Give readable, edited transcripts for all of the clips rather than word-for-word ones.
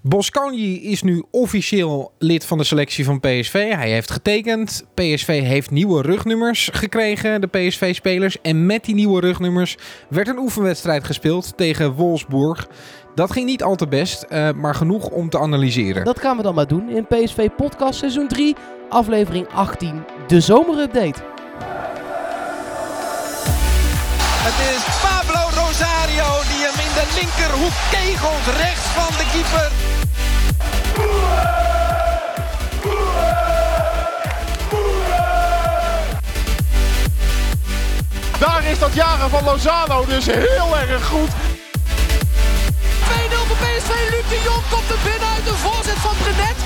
Boskanji is nu officieel lid van de selectie van PSV. Hij heeft getekend. PSV heeft nieuwe rugnummers gekregen, de PSV-spelers. En met die nieuwe rugnummers werd een oefenwedstrijd gespeeld tegen Wolfsburg. Dat ging niet al te best, maar genoeg om te analyseren. Dat gaan we dan maar doen in PSV Podcast seizoen 3, aflevering 18, de zomerupdate. Het is Pablo Rosario die hem in de linkerhoek kegelt, rechts van de keeper. Daar is dat jagen van Lozano dus heel erg goed. 2-0 voor PSV. Luc de Jong komt er binnen uit de voorzet van Brenet.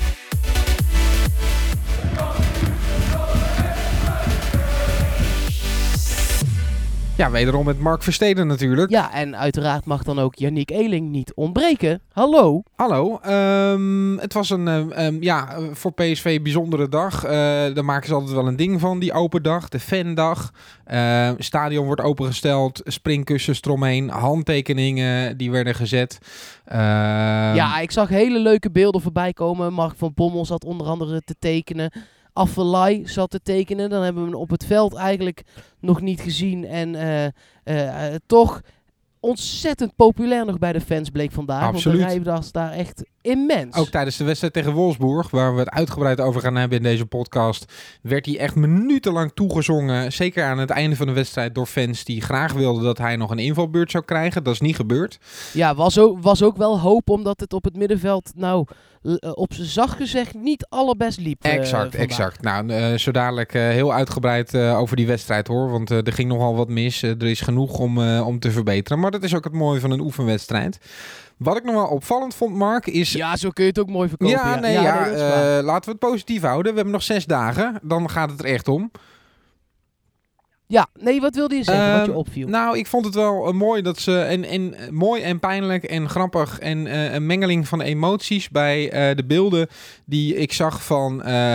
Ja, wederom met Mark Versteden natuurlijk. Ja, en uiteraard mag dan ook Yannick Eeling niet ontbreken. Hallo. Hallo. Het was een voor PSV bijzondere dag. Daar maken ze altijd wel een ding van, die open dag. De fandag. Stadion wordt opengesteld. Springkussens eromheen. Handtekeningen die werden gezet. Ja, ik zag hele leuke beelden voorbij komen. Mark van Bommel zat onder andere te tekenen. Afellay zat te tekenen. Dan hebben we hem op het veld eigenlijk nog niet gezien. En toch ontzettend populair nog bij de fans bleek vandaag. Absoluut. Want de rij was daar echt immens. Ook tijdens de wedstrijd tegen Wolfsburg, waar we het uitgebreid over gaan hebben in deze podcast, werd hij echt minutenlang toegezongen. Zeker aan het einde van de wedstrijd door fans die graag wilden dat hij nog een invalbeurt zou krijgen. Dat is niet gebeurd. Ja, was ook wel hoop, omdat het op het middenveld op z'n zacht gezegd niet allerbest liep. Exact. Nou, zo dadelijk heel uitgebreid over die wedstrijd hoor, want er ging nogal wat mis. Er is genoeg om te verbeteren, maar dat is ook het mooie van een oefenwedstrijd. Wat ik nog wel opvallend vond, Mark, is... Ja, zo kun je het ook mooi verkopen. Laten we het positief houden. We hebben nog 6 dagen. Dan gaat het er echt om. Ja, nee, wat wilde je zeggen, wat je opviel? Nou, ik vond het wel mooi dat ze... mooi en pijnlijk en grappig en een mengeling van emoties bij de beelden die ik zag van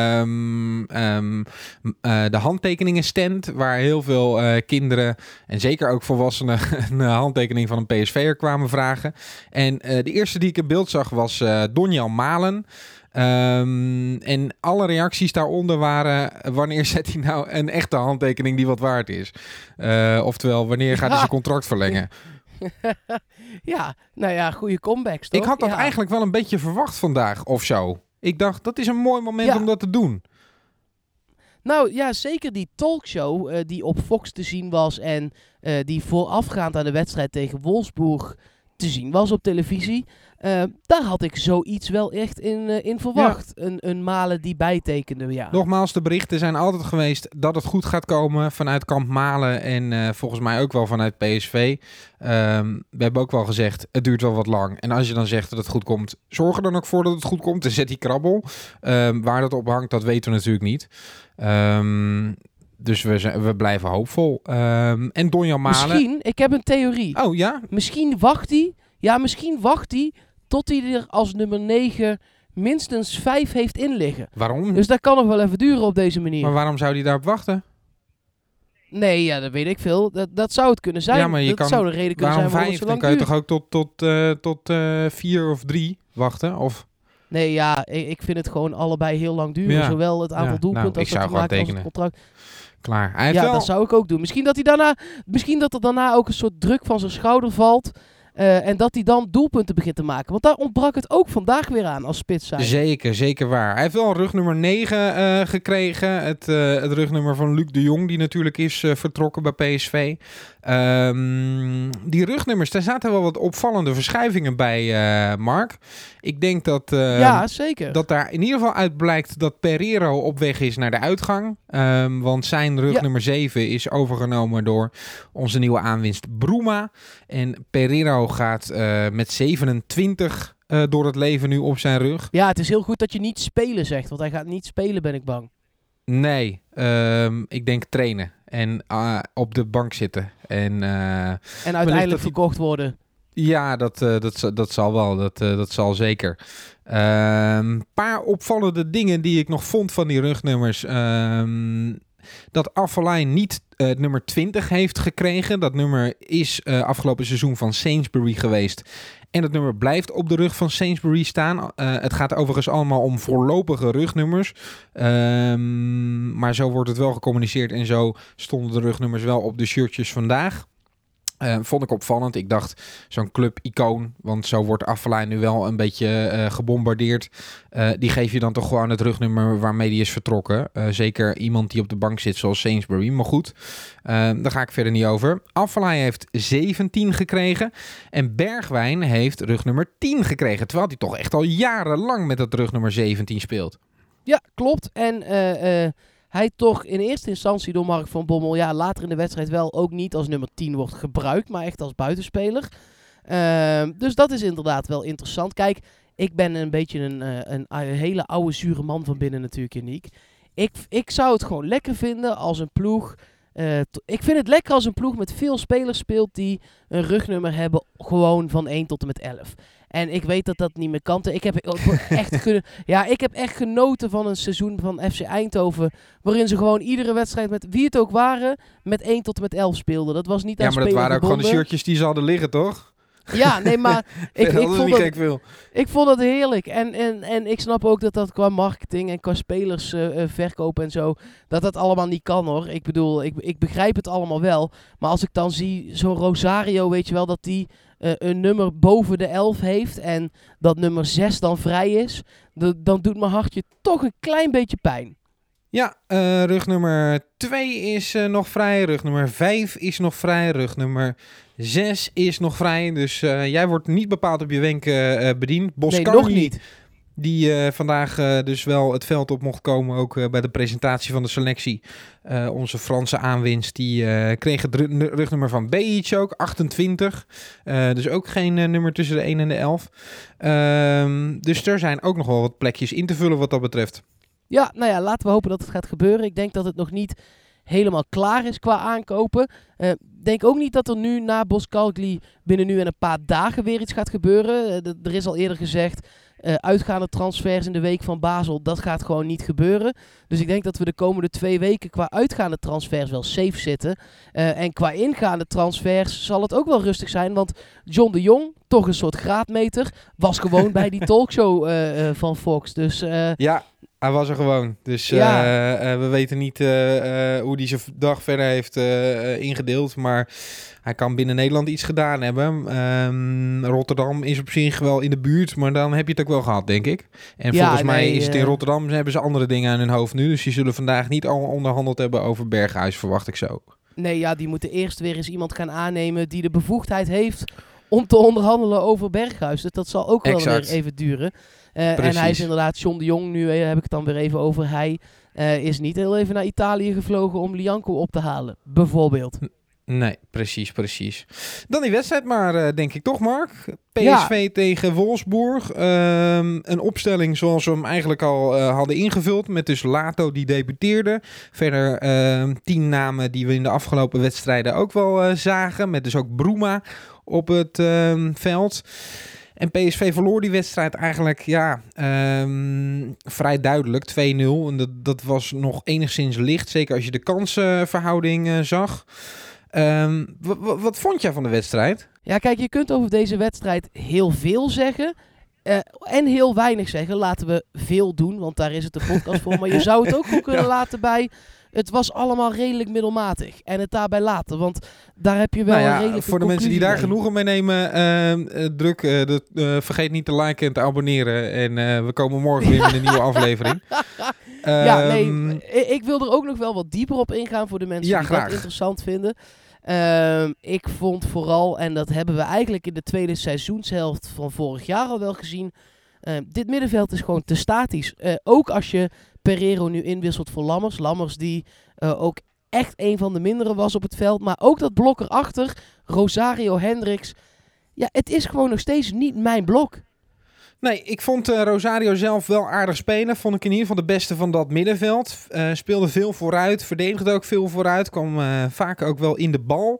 de handtekeningenstand, waar heel veel kinderen en zeker ook volwassenen een handtekening van een PSV'er kwamen vragen. En de eerste die ik in beeld zag was Donjan Malen. En alle reacties daaronder waren: wanneer zet hij nou een echte handtekening die wat waard is? Oftewel, wanneer gaat hij zijn contract verlengen? Ja, nou ja, goede comebacks toch? Ik had dat eigenlijk wel een beetje verwacht vandaag of zo. Ik dacht, dat is een mooi moment om dat te doen. Nou ja, zeker die talkshow die op Fox te zien was en die voorafgaand aan de wedstrijd tegen Wolfsburg te zien was op televisie. Daar had ik zoiets wel echt in verwacht. Ja. Een Malen die bijtekende, ja. Nogmaals, de berichten zijn altijd geweest dat het goed gaat komen vanuit kamp Malen en volgens mij ook wel vanuit PSV. We hebben ook wel gezegd, het duurt wel wat lang. En als je dan zegt dat het goed komt, zorg er dan ook voor dat het goed komt en zet die krabbel. Waar dat op hangt, dat weten we natuurlijk niet. Dus we blijven hoopvol. En Donjan Malen... Misschien, ik heb een theorie. Oh ja? Misschien wacht hij tot hij er als nummer 9 minstens 5 heeft in liggen. Waarom? Dus dat kan nog wel even duren op deze manier. Maar waarom zou hij daarop wachten? Nee, ja, dat weet ik veel. Dat zou het kunnen zijn. Ja, maar dat zou de reden kunnen zijn waarom 5? het zo lang Dan kan je duurt. toch ook tot 4 of 3 wachten? Of... Nee, ja, ik vind het gewoon allebei heel lang duren. Ja. Zowel het aantal doelpunten als het maken als het contract. Klaar. Hij heeft dat zou ik ook doen. Misschien dat er daarna ook een soort druk van zijn schouder valt. En dat hij dan doelpunten begint te maken. Want daar ontbrak het ook vandaag weer aan als spits zijn. Zeker waar. Hij heeft wel een rugnummer 9 gekregen. Het rugnummer van Luc de Jong, die natuurlijk is vertrokken bij PSV. Die rugnummers, daar zaten wel wat opvallende verschuivingen bij, Mark. Ik denk dat, zeker. Dat daar in ieder geval uit blijkt dat Pereiro op weg is naar de uitgang. Want zijn rugnummer 7 is overgenomen door onze nieuwe aanwinst Bruma. En Pereiro gaat met 27 door het leven nu op zijn rug. Ja, het is heel goed dat je niet spelen zegt, want hij gaat niet spelen, ben ik bang. Nee, ik denk trainen en op de bank zitten. En uiteindelijk verkocht worden. Ja, dat zal wel. Dat zal zeker. Paar opvallende dingen die ik nog vond van die rugnummers. dat Afellay niet nummer 20 heeft gekregen. Dat nummer is afgelopen seizoen van Sainsbury geweest. En dat nummer blijft op de rug van Sainsbury staan. Het gaat overigens allemaal om voorlopige rugnummers. Maar zo wordt het wel gecommuniceerd. En zo stonden de rugnummers wel op de shirtjes vandaag. Vond ik opvallend. Ik dacht, zo'n club-icoon, want zo wordt Afellay nu wel een beetje gebombardeerd. Die geef je dan toch gewoon het rugnummer waarmee die is vertrokken. Zeker iemand die op de bank zit zoals Sainsbury. Maar goed, daar ga ik verder niet over. Afellay heeft 17 gekregen. En Bergwijn heeft rugnummer 10 gekregen. Terwijl hij toch echt al jarenlang met dat rugnummer 17 speelt. Ja, klopt. En hij toch in eerste instantie door Mark van Bommel, later in de wedstrijd wel ook niet als nummer 10 wordt gebruikt, maar echt als buitenspeler. Dus dat is inderdaad wel interessant. Kijk, ik ben een beetje een hele oude zure man van binnen natuurlijk, Yannick. Ik zou het gewoon lekker vinden als een ploeg. Ik vind het lekker als een ploeg met veel spelers speelt die een rugnummer hebben gewoon van 1 tot en met 11. En ik weet dat dat niet meer kan. Ik heb echt genoten van een seizoen van FC Eindhoven, waarin ze gewoon iedere wedstrijd met wie het ook waren, met 1 tot en met 11 speelden. Dat was niet aan maar dat waren ook gewoon de shirtjes die ze hadden liggen, toch? Ja, nee, maar ik vond het heerlijk. En ik snap ook dat qua marketing en qua spelers verkopen en zo, dat allemaal niet kan, hoor. Ik bedoel, ik begrijp het allemaal wel. Maar als ik dan zie, zo'n Rosario, weet je wel, dat die een nummer boven de 11 heeft en dat nummer 6 dan vrij is, dan doet mijn hartje toch een klein beetje pijn. Ja, rugnummer 2 is nog vrij, rugnummer 5 is nog vrij, rugnummer 6 is nog vrij. Dus jij wordt niet bepaald op je wenken bediend. Nee, nog niet. Die vandaag dus wel het veld op mocht komen, ook bij de presentatie van de selectie. Onze Franse aanwinst, die kreeg het rugnummer van Bejic ook, 28. Dus ook geen nummer tussen de 1 en de 11. Dus er zijn ook nog wel wat plekjes in te vullen wat dat betreft. Ja, laten we hopen dat het gaat gebeuren. Ik denk dat het nog niet helemaal klaar is qua aankopen. Denk ook niet dat er nu na Bosch-Calgary binnen nu en een paar dagen weer iets gaat gebeuren. Er is al eerder gezegd, uitgaande transfers in de week van Basel, dat gaat gewoon niet gebeuren. Dus ik denk dat we de komende 2 weken qua uitgaande transfers wel safe zitten. En qua ingaande transfers zal het ook wel rustig zijn, want John de Jong, toch een soort graadmeter, was gewoon bij die talkshow van Fox. Dus ja. Hij was er gewoon. Dus we weten niet hoe hij zijn dag verder heeft ingedeeld. Maar hij kan binnen Nederland iets gedaan hebben. Rotterdam is op zich wel in de buurt. Maar dan heb je het ook wel gehad, denk ik. En volgens mij is het in Rotterdam. Hebben ze andere dingen aan hun hoofd nu. Dus die zullen vandaag niet al onderhandeld hebben over Berghuis, verwacht ik zo. Nee, die moeten eerst weer eens iemand gaan aannemen die de bevoegdheid heeft om te onderhandelen over Berghuis. Dus dat zal ook wel weer even duren. En hij is inderdaad John de Jong, nu heb ik het dan weer even over. Hij is niet heel even naar Italië gevlogen om Lianco op te halen, bijvoorbeeld. Nee, precies. Dan die wedstrijd maar, denk ik toch, Mark? PSV tegen Wolfsburg. Een opstelling zoals we hem eigenlijk al hadden ingevuld. Met dus Lato die debuteerde. Verder 10 namen die we in de afgelopen wedstrijden ook wel zagen. Met dus ook Bruma op het veld. En PSV verloor die wedstrijd eigenlijk vrij duidelijk, 2-0. En dat was nog enigszins licht, zeker als je de kansenverhouding zag. Wat vond jij van de wedstrijd? Ja, kijk, je kunt over deze wedstrijd heel veel zeggen en heel weinig zeggen. Laten we veel doen, want daar is het de podcast voor. Maar je zou het ook goed kunnen laten bij... Het was allemaal redelijk middelmatig. En het daarbij laten, want daar heb je wel een redelijke voor de mensen die daar genoegen mee nemen, vergeet niet te liken en te abonneren. En we komen morgen weer met een nieuwe aflevering. Ik wil er ook nog wel wat dieper op ingaan voor de mensen die dat interessant vinden. Ik vond vooral, en dat hebben we eigenlijk in de tweede seizoenshelft van vorig jaar al wel gezien, dit middenveld is gewoon te statisch. Ook als je Pereiro nu inwisselt voor Lammers. Lammers die ook echt een van de mindere was op het veld. Maar ook dat blok erachter, Rosario, Hendricks. Ja, het is gewoon nog steeds niet mijn blok. Nee, ik vond Rosario zelf wel aardig spelen. Vond ik in ieder geval de beste van dat middenveld. Speelde veel vooruit, verdedigde ook veel vooruit. Kwam vaak ook wel in de bal.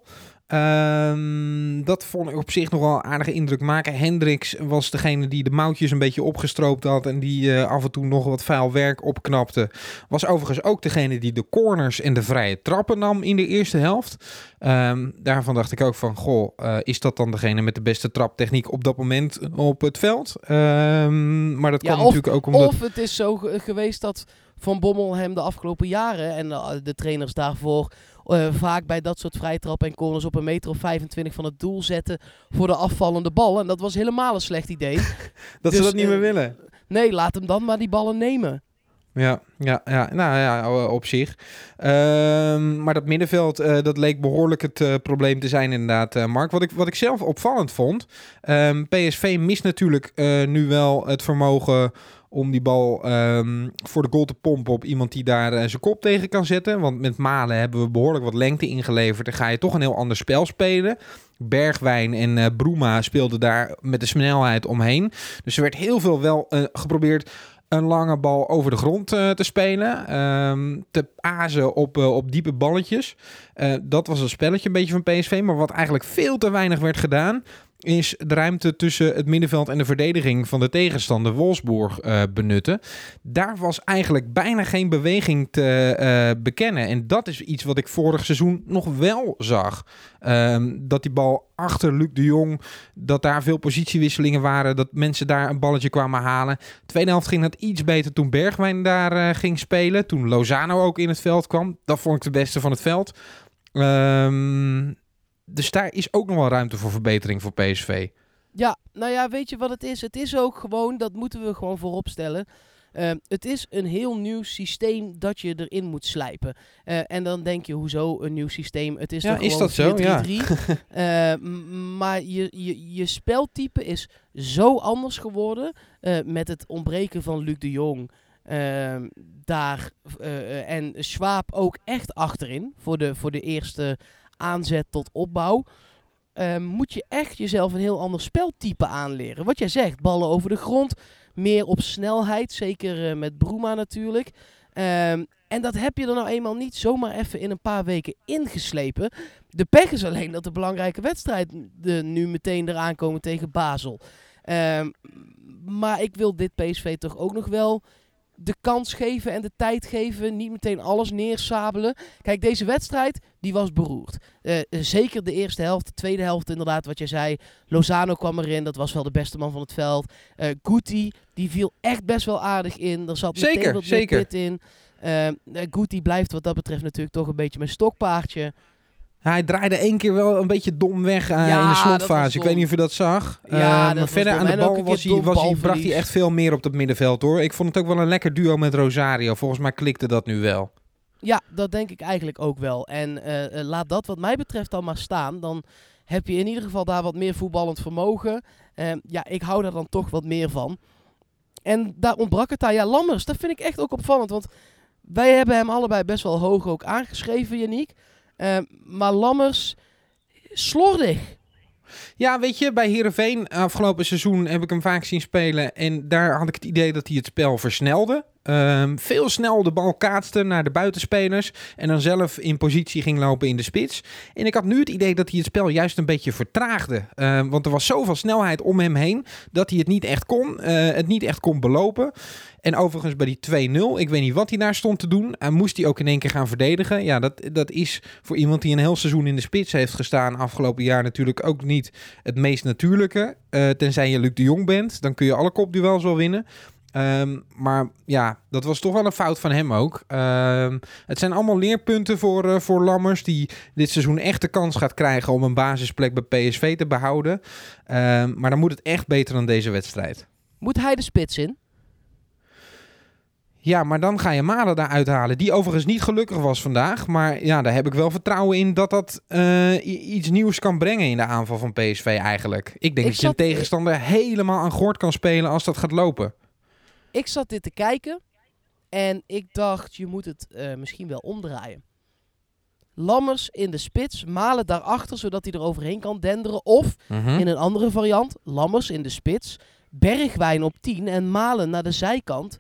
Dat vond ik op zich nog wel een aardige indruk maken. Hendricks was degene die de mouwtjes een beetje opgestroopt had en die af en toe nog wat vuil werk opknapte. Was overigens ook degene die de corners en de vrije trappen nam in de eerste helft. Daarvan dacht ik ook van, is dat dan degene met de beste traptechniek op dat moment op het veld? Maar dat kan natuurlijk ook omdat... Of het is zo geweest dat Van Bommel hem de afgelopen jaren en de trainers daarvoor vaak bij dat soort vrijtrappen en corners op 1,25 meter van het doel zetten voor de afvallende bal. En dat was helemaal een slecht idee. Ze dat niet meer willen? Nee, laat hem dan maar die ballen nemen. Ja, nou ja, op zich. Maar dat middenveld, dat leek behoorlijk het probleem te zijn inderdaad, Mark. Wat ik zelf opvallend vond, PSV mist natuurlijk nu wel het vermogen om die bal voor de goal te pompen op iemand die daar zijn kop tegen kan zetten. Want met Malen hebben we behoorlijk wat lengte ingeleverd. Dan ga je toch een heel ander spel spelen. Bergwijn en Bruma speelden daar met de snelheid omheen. Dus er werd heel veel wel geprobeerd een lange bal over de grond te spelen. Te azen op diepe balletjes. Dat was een spelletje een beetje van PSV. Maar wat eigenlijk veel te weinig werd gedaan, is de ruimte tussen het middenveld en de verdediging van de tegenstander Wolfsburg benutten. Daar was eigenlijk bijna geen beweging te bekennen. En dat is iets wat ik vorig seizoen nog wel zag. Dat die bal achter Luc de Jong, dat daar veel positiewisselingen waren, dat mensen daar een balletje kwamen halen. Tweede helft ging dat iets beter toen Bergwijn daar ging spelen. Toen Lozano ook in het veld kwam. Dat vond ik de beste van het veld. Dus daar is ook nog wel ruimte voor verbetering voor PSV. Ja, nou ja, weet je wat het is? Het is ook gewoon, dat moeten we gewoon voorop stellen. Het is een heel nieuw systeem dat je erin moet slijpen. En dan denk je, hoezo een nieuw systeem? Het is toch is gewoon dat 4-3-3. Ja. Maar je speltype is zo anders geworden met het ontbreken van Luc de Jong. En Schwab ook echt achterin voor de eerste aanzet tot opbouw. Moet je echt jezelf een heel ander speltype aanleren. Wat jij zegt, ballen over de grond, meer op snelheid, zeker met Bruma natuurlijk. En dat heb je er nou eenmaal niet zomaar even in een paar weken ingeslepen. De pech is alleen dat de belangrijke wedstrijden nu meteen eraan komen tegen Basel. Maar ik wil dit PSV toch ook nog wel de kans geven en de tijd geven. Niet meteen alles neersabelen. Kijk, deze wedstrijd, die was beroerd. Zeker de eerste helft, de tweede helft inderdaad, wat jij zei. Lozano kwam erin, dat was wel de beste man van het veld. Guti, die viel echt best wel aardig in. Er zat meteen wat meer pit in. Guti blijft wat dat betreft natuurlijk toch een beetje mijn stokpaardje. Hij draaide 1 keer wel een beetje dom weg in de slotfase. Ik weet niet of je dat zag. Maar verder aan de bal bracht hij echt veel meer op het middenveld, hoor. Ik vond het ook wel een lekker duo met Rosario. Volgens mij klikte dat nu wel. Ja, dat denk ik eigenlijk ook wel. En laat dat wat mij betreft dan maar staan. Dan heb je in ieder geval daar wat meer voetballend vermogen. Ik hou daar dan toch wat meer van. En daar ontbrak het aan. Ja, Lammers, dat vind ik echt ook opvallend. Want wij hebben hem allebei best wel hoog ook aangeschreven, Yannick. Maar Lammers, slordig. Ja, weet je, bij Heerenveen afgelopen seizoen heb ik hem vaak zien spelen. En daar had ik het idee dat hij het spel versnelde. Veel snel de bal kaatste naar de buitenspelers. En dan zelf in positie ging lopen in de spits. En ik had nu het idee dat hij het spel juist een beetje vertraagde. Want er was zoveel snelheid om hem heen dat hij het niet echt kon belopen. En overigens bij die 2-0, ik weet niet wat hij daar stond te doen. Moest hij ook in één keer gaan verdedigen. Ja, dat is voor iemand die een heel seizoen in de spits heeft gestaan afgelopen jaar natuurlijk ook niet het meest natuurlijke. Tenzij je Luc de Jong bent, dan kun je alle kopduels wel winnen. Maar ja, dat was toch wel een fout van hem ook. Het zijn allemaal leerpunten voor Lammers, die dit seizoen echt de kans gaat krijgen om een basisplek bij PSV te behouden. Maar dan moet het echt beter dan deze wedstrijd. Moet hij de spits in? Ja, maar dan ga je Malen daar uithalen. Die overigens niet gelukkig was vandaag. Maar ja, daar heb ik wel vertrouwen in dat iets nieuws kan brengen in de aanval van PSV eigenlijk. Ik denk dat je een tegenstander helemaal aan gort kan spelen als dat gaat lopen. Ik zat dit te kijken en ik dacht, je moet het misschien wel omdraaien. Lammers in de spits, Malen daarachter, zodat hij er overheen kan denderen. Of in een andere variant, Lammers in de spits, Bergwijn op 10 en Malen naar de zijkant.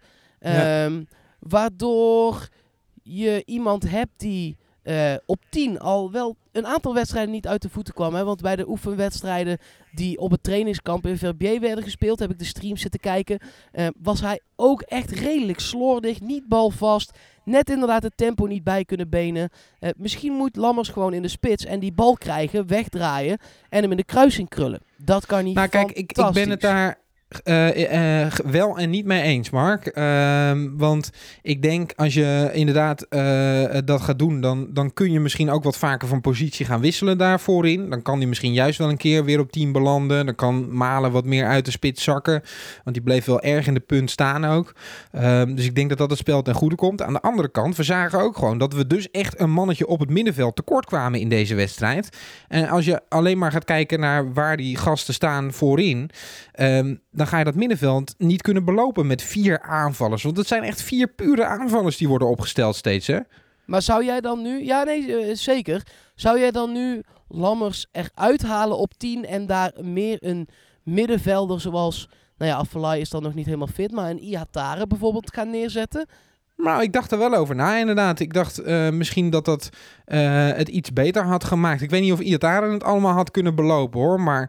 Waardoor je iemand hebt die op 10 al wel een aantal wedstrijden niet uit de voeten kwam. Hè? Want bij de oefenwedstrijden die op het trainingskamp in Verbier werden gespeeld, heb ik de stream zitten kijken, was hij ook echt redelijk slordig, niet balvast. Net inderdaad het tempo niet bij kunnen benen. Misschien moet Lammers gewoon in de spits en die bal krijgen, wegdraaien en hem in de kruising krullen. Dat kan niet. Nou kijk, ik ben het daar wel en niet mee eens, Mark. Want ik denk, als je inderdaad dat gaat doen, dan kun je misschien ook wat vaker van positie gaan wisselen daarvoor in. Dan kan hij misschien juist wel een keer weer op 10 belanden. Dan kan Malen wat meer uit de spits zakken. Want die bleef wel erg in de punt staan ook. Dus ik denk dat dat het spel ten goede komt. Aan de andere kant, we zagen ook gewoon dat we dus echt een mannetje op het middenveld tekort kwamen in deze wedstrijd. En als je alleen maar gaat kijken naar waar die gasten staan voorin, dan ga je dat middenveld niet kunnen belopen met 4 aanvallers. Want het zijn echt 4 pure aanvallers die worden opgesteld steeds, hè? Maar zou jij dan nu... Ja, nee, zeker. Zou jij dan nu Lammers eruit halen op 10 en daar meer een middenvelder zoals... Nou ja, Afellay is dan nog niet helemaal fit, maar een Ihatare bijvoorbeeld gaan neerzetten? Nou, ik dacht er wel over na, inderdaad. Ik dacht misschien dat het iets beter had gemaakt. Ik weet niet of Ihatare het allemaal had kunnen belopen, hoor. Maar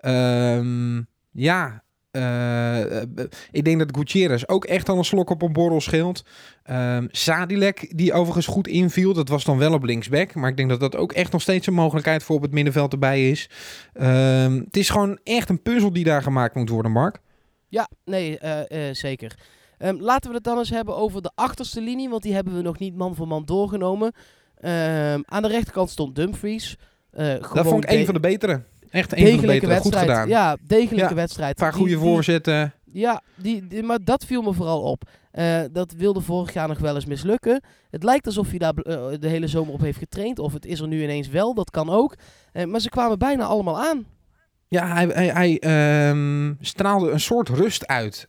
ik denk dat Gutierrez ook echt al een slok op een borrel scheelt. Sadilek, die overigens goed inviel. Dat was dan wel op linksback. Maar ik denk dat dat ook echt nog steeds een mogelijkheid voor op het middenveld erbij is. Het is gewoon echt een puzzel die daar gemaakt moet worden, Mark. Ja, nee, zeker. Laten we het dan eens hebben over de achterste linie. Want die hebben we nog niet man voor man doorgenomen. Aan de rechterkant stond Dumfries. Dat vond ik een van de betere. Echt een van de betere. Goed gedaan. Ja, degelijke wedstrijd. Een paar goede voorzetten. Ja, maar dat viel me vooral op. Dat wilde vorig jaar nog wel eens mislukken. Het lijkt alsof hij daar de hele zomer op heeft getraind. Of het is er nu ineens wel, dat kan ook. Maar ze kwamen bijna allemaal aan. Ja, hij straalde een soort rust uit.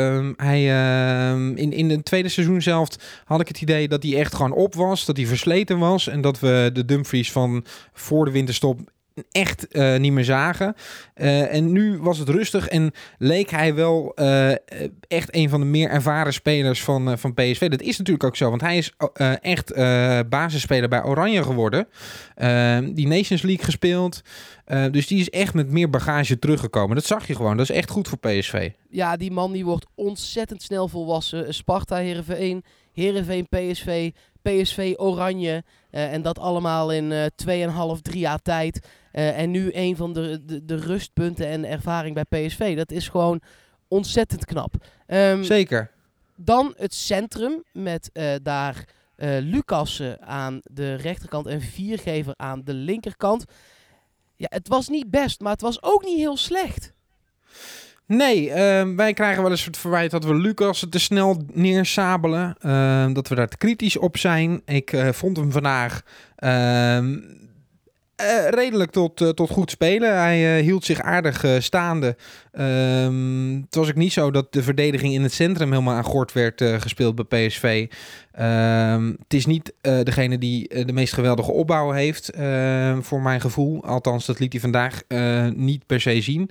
In het tweede seizoen zelf had ik het idee dat hij echt gewoon op was. Dat hij versleten was. En dat we de Dumfries van voor de winterstop echt niet meer zagen. En nu was het rustig en leek hij wel echt een van de meer ervaren spelers van PSV. Dat is natuurlijk ook zo, want hij is echt basisspeler bij Oranje geworden. Die Nations League gespeeld. Dus die is echt met meer bagage teruggekomen. Dat zag je gewoon. Dat is echt goed voor PSV. Ja, die man die wordt ontzettend snel volwassen. Sparta, Heerenveen, PSV, PSV, Oranje. En dat allemaal in 2,5-3 jaar tijd. En nu een van de rustpunten en ervaring bij PSV. Dat is gewoon ontzettend knap. Zeker. Dan het centrum met daar Lucas aan de rechterkant en Viergever aan de linkerkant. Ja, het was niet best, maar het was ook niet heel slecht. Nee, wij krijgen wel eens het verwijt dat we Lucas te snel neersabelen. Dat we daar te kritisch op zijn. Ik vond hem vandaag redelijk tot goed spelen. Hij hield zich aardig staande. Het was ook niet zo dat de verdediging in het centrum helemaal aan gort werd gespeeld bij PSV. Het is niet degene die de meest geweldige opbouw heeft, voor mijn gevoel. Althans, dat liet hij vandaag niet per se zien.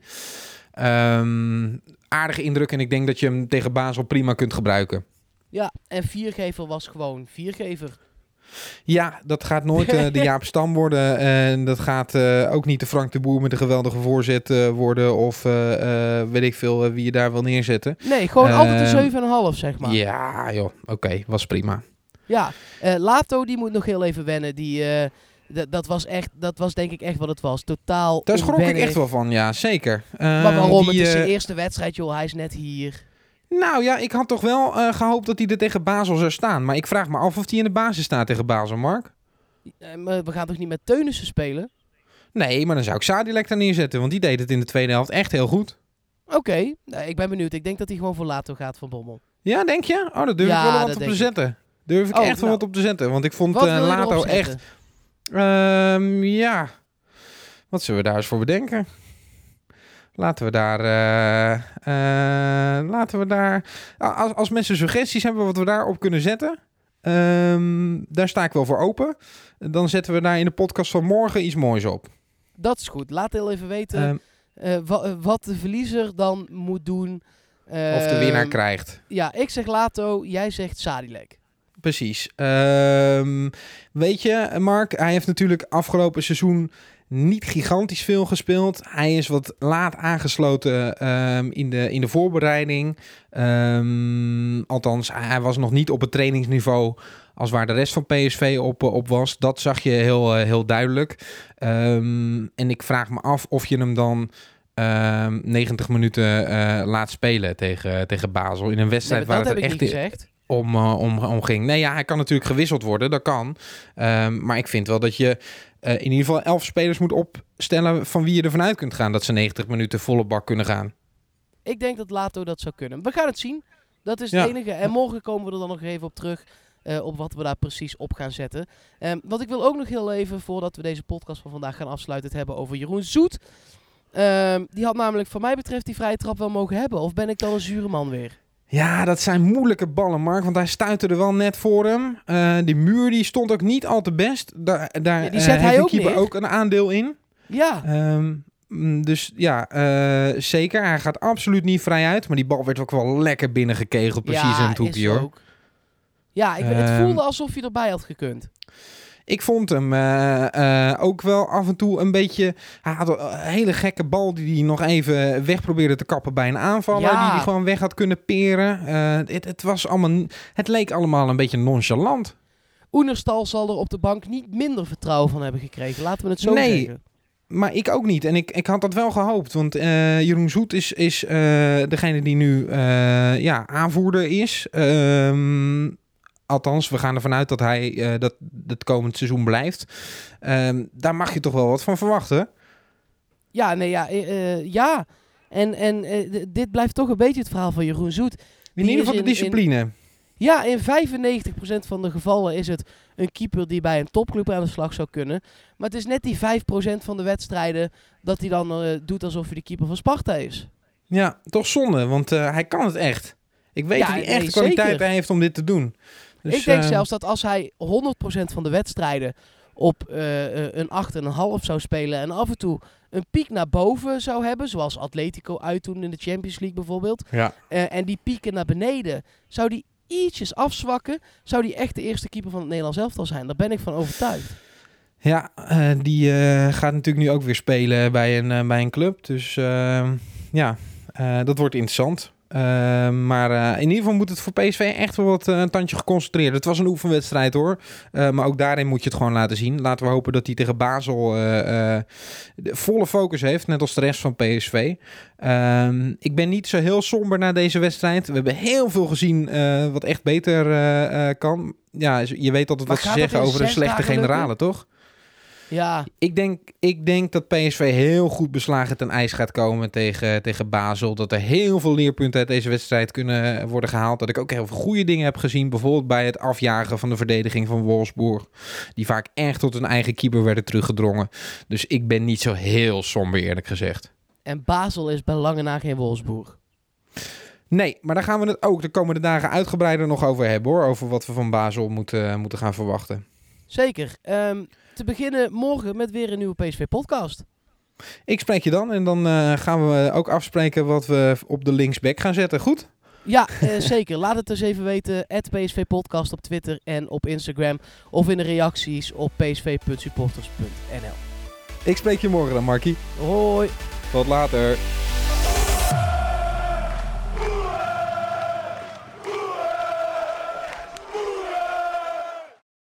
Aardige indruk en ik denk dat je hem tegen Basel prima kunt gebruiken. Ja, en Viergever was gewoon Viergever. Ja, dat gaat nooit de Jaap Stam worden. En dat gaat ook niet de Frank de Boer met een geweldige voorzet worden. Of weet ik veel wie je daar wil neerzetten. Nee, gewoon altijd een 7,5 zeg maar. Ja joh, oké, was prima. Ja, Lato die moet nog heel even wennen. Dat was denk ik echt wat het was. Totaal daar schrok ik echt wel van, ja, zeker. Maar waarom? Het is zijn eerste wedstrijd, joh. Hij is net hier. Nou ja, ik had toch wel gehoopt dat hij er tegen Basel zou staan. Maar ik vraag me af of hij in de basis staat tegen Basel, Mark. Maar we gaan toch niet met Teunissen spelen? Nee, maar dan zou ik Sadilek daar neerzetten. Want die deed het in de tweede helft echt heel goed. Oké, ik ben benieuwd. Ik denk dat hij gewoon voor Lato gaat van Bommel. Ja, denk je? Oh, daar durf ik wel wat op te zetten. Durf ik echt wel wat op te zetten. Want ik vond Lato echt... ja, wat zullen we daar eens voor bedenken? Laten we daar... Als mensen suggesties hebben wat we daarop kunnen zetten, daar sta ik wel voor open. Dan zetten we daar in de podcast van morgen iets moois op. Dat is goed. Laat heel even weten wat de verliezer dan moet doen. Of de winnaar krijgt. Ja, ik zeg Lato, jij zegt Sadilek. precies. Weet je, Mark, hij heeft natuurlijk afgelopen seizoen niet gigantisch veel gespeeld. Hij is wat laat aangesloten in de voorbereiding. Althans, hij was nog niet op het trainingsniveau als waar de rest van PSV op was. Dat zag je heel duidelijk. En ik vraag me af of je hem dan 90 minuten laat spelen tegen Basel. In een wedstrijd waar het er echt om ging. Nee, ja, hij kan natuurlijk gewisseld worden. Dat kan. Maar ik vind wel dat je in ieder geval 11 spelers moet opstellen van wie je ervan uit kunt gaan dat ze 90 minuten volle bak kunnen gaan. Ik denk dat Lato dat zou kunnen. We gaan het zien. Dat is het enige. En morgen komen we er dan nog even op terug. Op wat we daar precies op gaan zetten. Wat ik wil ook nog heel even, voordat we deze podcast van vandaag gaan afsluiten, het hebben over Jeroen Zoet. Die had namelijk, wat mij betreft, die vrije trap wel mogen hebben. Of ben ik dan een zure man weer? Ja, dat zijn moeilijke ballen, Mark. Want hij stuitte er wel net voor hem. Die muur die stond ook niet al te best. Daar die zet hij ook de keeper neer. ook een aandeel in. Ja. Dus ja, zeker. Hij gaat absoluut niet vrij uit. Maar die bal werd ook wel lekker binnengekegeld. Precies in het hoekje, hoor. Ook. Ja, het voelde alsof je erbij had gekund. Ik vond hem ook wel af en toe een beetje... Hij had een hele gekke bal die hij nog even weg probeerde te kappen bij een aanvaller. Ja. Die hij gewoon weg had kunnen peren. Het leek allemaal een beetje nonchalant. Oenerstal zal er op de bank niet minder vertrouwen van hebben gekregen. Laten we het zo zeggen. Maar ik ook niet. En ik had dat wel gehoopt. Want Jeroen Zoet is degene die nu aanvoerder is. Althans, we gaan ervan uit dat hij dat komend seizoen blijft. Daar mag je toch wel wat van verwachten? Ja, ja. En dit blijft toch een beetje het verhaal van Jeroen Zoet. In ieder geval de discipline. In 95% van de gevallen is het een keeper die bij een topclub aan de slag zou kunnen. Maar het is net die 5% van de wedstrijden dat hij dan doet alsof hij de keeper van Sparta is. Ja, toch zonde, want hij kan het echt. Ik weet dat hij echt kwaliteit heeft om dit te doen. Dus, ik denk zelfs dat als hij 100% van de wedstrijden op een 8,5 zou spelen en af en toe een piek naar boven zou hebben, zoals Atletico uitdoen in de Champions League bijvoorbeeld. Ja. En die pieken naar beneden, zou die ietsjes afzwakken, zou die echt de eerste keeper van het Nederlands elftal zijn. Daar ben ik van overtuigd. Ja, die gaat natuurlijk nu ook weer spelen bij een club. Dus dat wordt interessant. Maar in ieder geval moet het voor PSV echt wel wat een tandje geconcentreerd. Het was een oefenwedstrijd, hoor. Maar ook daarin moet je het gewoon laten zien. Laten we hopen dat hij tegen Basel de volle focus heeft. Net als de rest van PSV. Ik ben niet zo heel somber na deze wedstrijd. We hebben heel veel gezien wat echt beter kan. Ja, je weet altijd wat ze zeggen over een slechte generale, toch? Ja. Ik denk dat PSV heel goed beslagen ten ijs gaat komen tegen Basel. Dat er heel veel leerpunten uit deze wedstrijd kunnen worden gehaald. Dat ik ook heel veel goede dingen heb gezien. Bijvoorbeeld bij het afjagen van de verdediging van Wolfsburg. Die vaak echt tot hun eigen keeper werden teruggedrongen. Dus ik ben niet zo heel somber, eerlijk gezegd. En Basel is bij lange na geen Wolfsburg. Nee, maar daar gaan we het ook de komende dagen uitgebreider nog over hebben, hoor. Over wat we van Basel moeten gaan verwachten. Zeker. Te beginnen morgen met weer een nieuwe PSV-podcast. Ik spreek je dan en dan gaan we ook afspreken wat we op de linksback gaan zetten. Goed? Ja, zeker. Laat het dus even weten. @PSV-podcast op Twitter en op Instagram. Of in de reacties op psv.supporters.nl. Ik spreek je morgen dan, Markie. Hoi. Tot later.